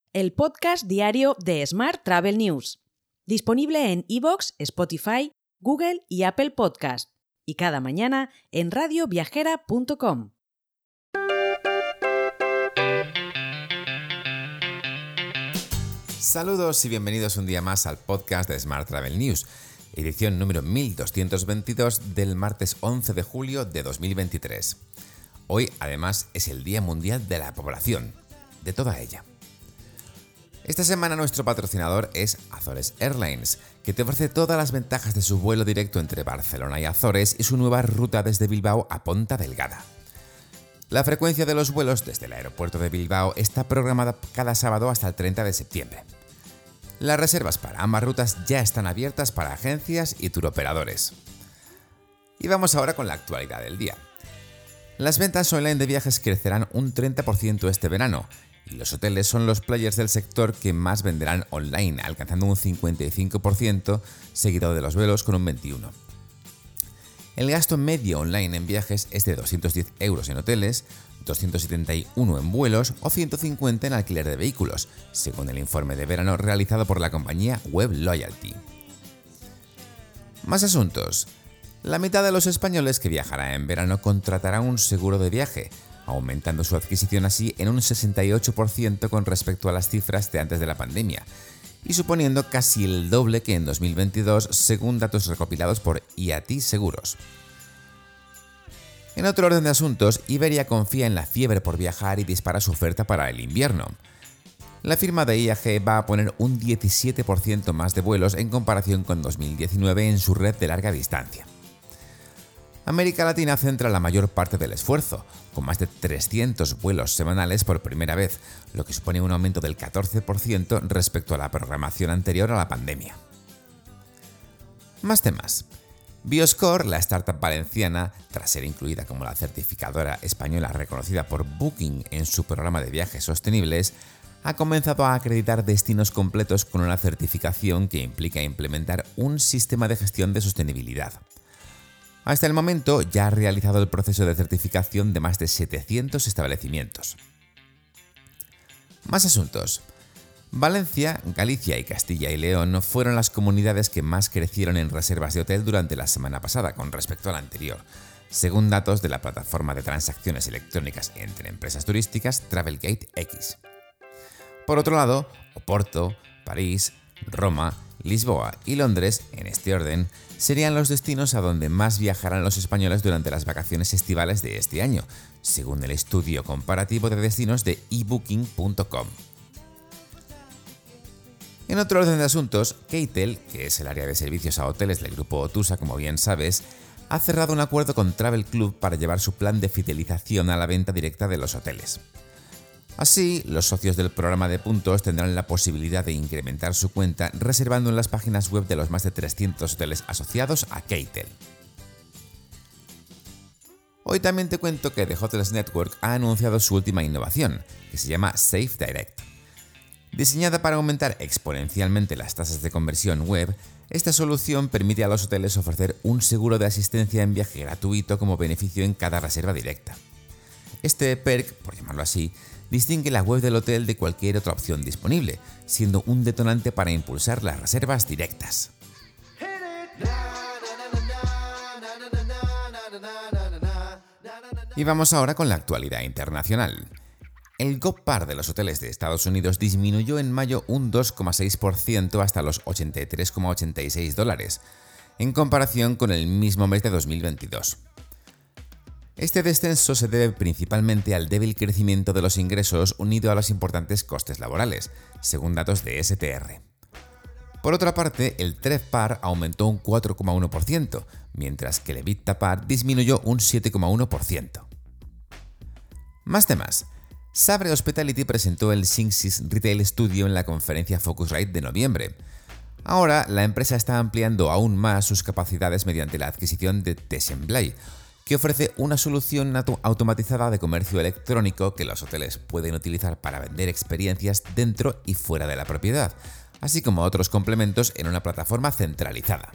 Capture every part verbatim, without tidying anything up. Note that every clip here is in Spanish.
el podcast diario de Smart Travel News, disponible en iVoox, Spotify, Google y Apple Podcast, y cada mañana en radio viajera punto com. Saludos y bienvenidos un día más al podcast de Smart Travel News, edición número mil doscientos veintidós del martes once de julio de dos mil veintitrés. Hoy, además, es el Día Mundial de la Población, de toda ella. Esta semana nuestro patrocinador es Azores Airlines, que te ofrece todas las ventajas de su vuelo directo entre Barcelona y Azores y su nueva ruta desde Bilbao a Ponta Delgada. La frecuencia de los vuelos desde el aeropuerto de Bilbao está programada cada sábado hasta el treinta de septiembre. Las reservas para ambas rutas ya están abiertas para agencias y turoperadores. Y vamos ahora con la actualidad del día. Las ventas online de viajes crecerán un treinta por ciento este verano, y los hoteles son los players del sector que más venderán online, alcanzando un cincuenta y cinco por ciento, seguido de los vuelos con un veintiuno por ciento. El gasto medio online en viajes es de doscientos diez euros en hoteles, doscientos setenta y uno en vuelos o ciento cincuenta en alquiler de vehículos, según el informe de verano realizado por la compañía Web Loyalty. Más asuntos. La mitad de los españoles que viajará en verano contratará un seguro de viaje, aumentando su adquisición así en un sesenta y ocho por ciento con respecto a las cifras de antes de la pandemia, y suponiendo casi el doble que en dos mil veintidós según datos recopilados por I A T Seguros. En otro orden de asuntos, Iberia confía en la fiebre por viajar y dispara su oferta para el invierno. La firma de I A G va a poner un diecisiete por ciento más de vuelos en comparación con dos mil diecinueve en su red de larga distancia. América Latina centra la mayor parte del esfuerzo, con más de trescientos vuelos semanales por primera vez, lo que supone un aumento del catorce por ciento respecto a la programación anterior a la pandemia. Más temas. Bioscore, la startup valenciana, tras ser incluida como la certificadora española reconocida por Booking en su programa de viajes sostenibles, ha comenzado a acreditar destinos completos con una certificación que implica implementar un sistema de gestión de sostenibilidad. Hasta el momento ya ha realizado el proceso de certificación de más de setecientos establecimientos. Más asuntos. Valencia, Galicia y Castilla y León fueron las comunidades que más crecieron en reservas de hotel durante la semana pasada con respecto a la anterior, según datos de la plataforma de transacciones electrónicas entre empresas turísticas Travelgate X. Por otro lado, Oporto, París, Roma, Lisboa y Londres, en este orden, serían los destinos a donde más viajarán los españoles durante las vacaciones estivales de este año, según el estudio comparativo de destinos de e booking punto com. En otro orden de asuntos, Keitel, que es el área de servicios a hoteles del grupo Otusa, como bien sabes, ha cerrado un acuerdo con Travel Club para llevar su plan de fidelización a la venta directa de los hoteles. Así, los socios del programa de puntos tendrán la posibilidad de incrementar su cuenta reservando en las páginas web de los más de trescientos hoteles asociados a Keitel. Hoy también te cuento que The Hotels Network ha anunciado su última innovación, que se llama Safe Direct. Diseñada para aumentar exponencialmente las tasas de conversión web, esta solución permite a los hoteles ofrecer un seguro de asistencia en viaje gratuito como beneficio en cada reserva directa. Este perk, por llamarlo así, distingue la web del hotel de cualquier otra opción disponible, siendo un detonante para impulsar las reservas directas. Y vamos ahora con la actualidad internacional. El GoPar de los hoteles de Estados Unidos disminuyó en mayo un dos coma seis por ciento hasta los ochenta y tres coma ochenta y seis dólares, en comparación con el mismo mes de dos mil veintidós. Este descenso se debe principalmente al débil crecimiento de los ingresos unido a los importantes costes laborales, según datos de S T R. Por otra parte, el TRevPAR aumentó un cuatro coma uno por ciento, mientras que el EBITDAPAR disminuyó un siete coma uno por ciento. Más temas. Sabre Hospitality presentó el Sinxis Retail Studio en la conferencia Focusrite de noviembre. Ahora, la empresa está ampliando aún más sus capacidades mediante la adquisición de Tessemblay, que ofrece una solución automatizada de comercio electrónico que los hoteles pueden utilizar para vender experiencias dentro y fuera de la propiedad, así como otros complementos en una plataforma centralizada.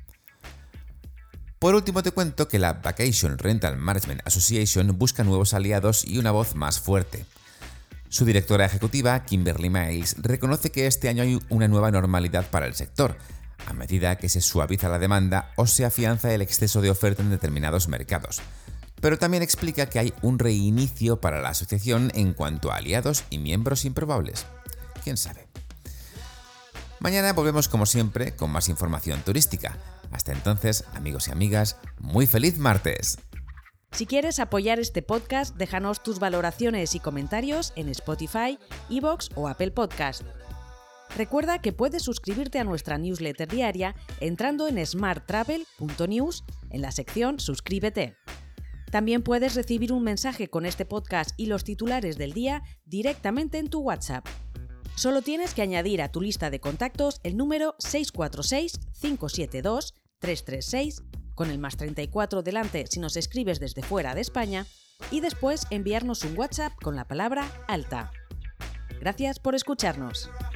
Por último te cuento que la Vacation Rental Management Association busca nuevos aliados y una voz más fuerte. Su directora ejecutiva, Kimberly Miles, reconoce que este año hay una nueva normalidad para el sector, a medida que se suaviza la demanda o se afianza el exceso de oferta en determinados mercados. Pero también explica que hay un reinicio para la asociación en cuanto a aliados y miembros improbables. ¿Quién sabe? Mañana volvemos como siempre con más información turística. Hasta entonces, amigos y amigas, muy feliz martes. Si quieres apoyar este podcast, déjanos tus valoraciones y comentarios en Spotify, iVoox o Apple Podcast. Recuerda que puedes suscribirte a nuestra newsletter diaria entrando en smart travel punto news en la sección Suscríbete. También puedes recibir un mensaje con este podcast y los titulares del día directamente en tu WhatsApp. Solo tienes que añadir a tu lista de contactos el número seis cuatro seis, cinco siete dos, tres tres seis, con el más treinta y cuatro delante si nos escribes desde fuera de España, y después enviarnos un WhatsApp con la palabra alta. Gracias por escucharnos.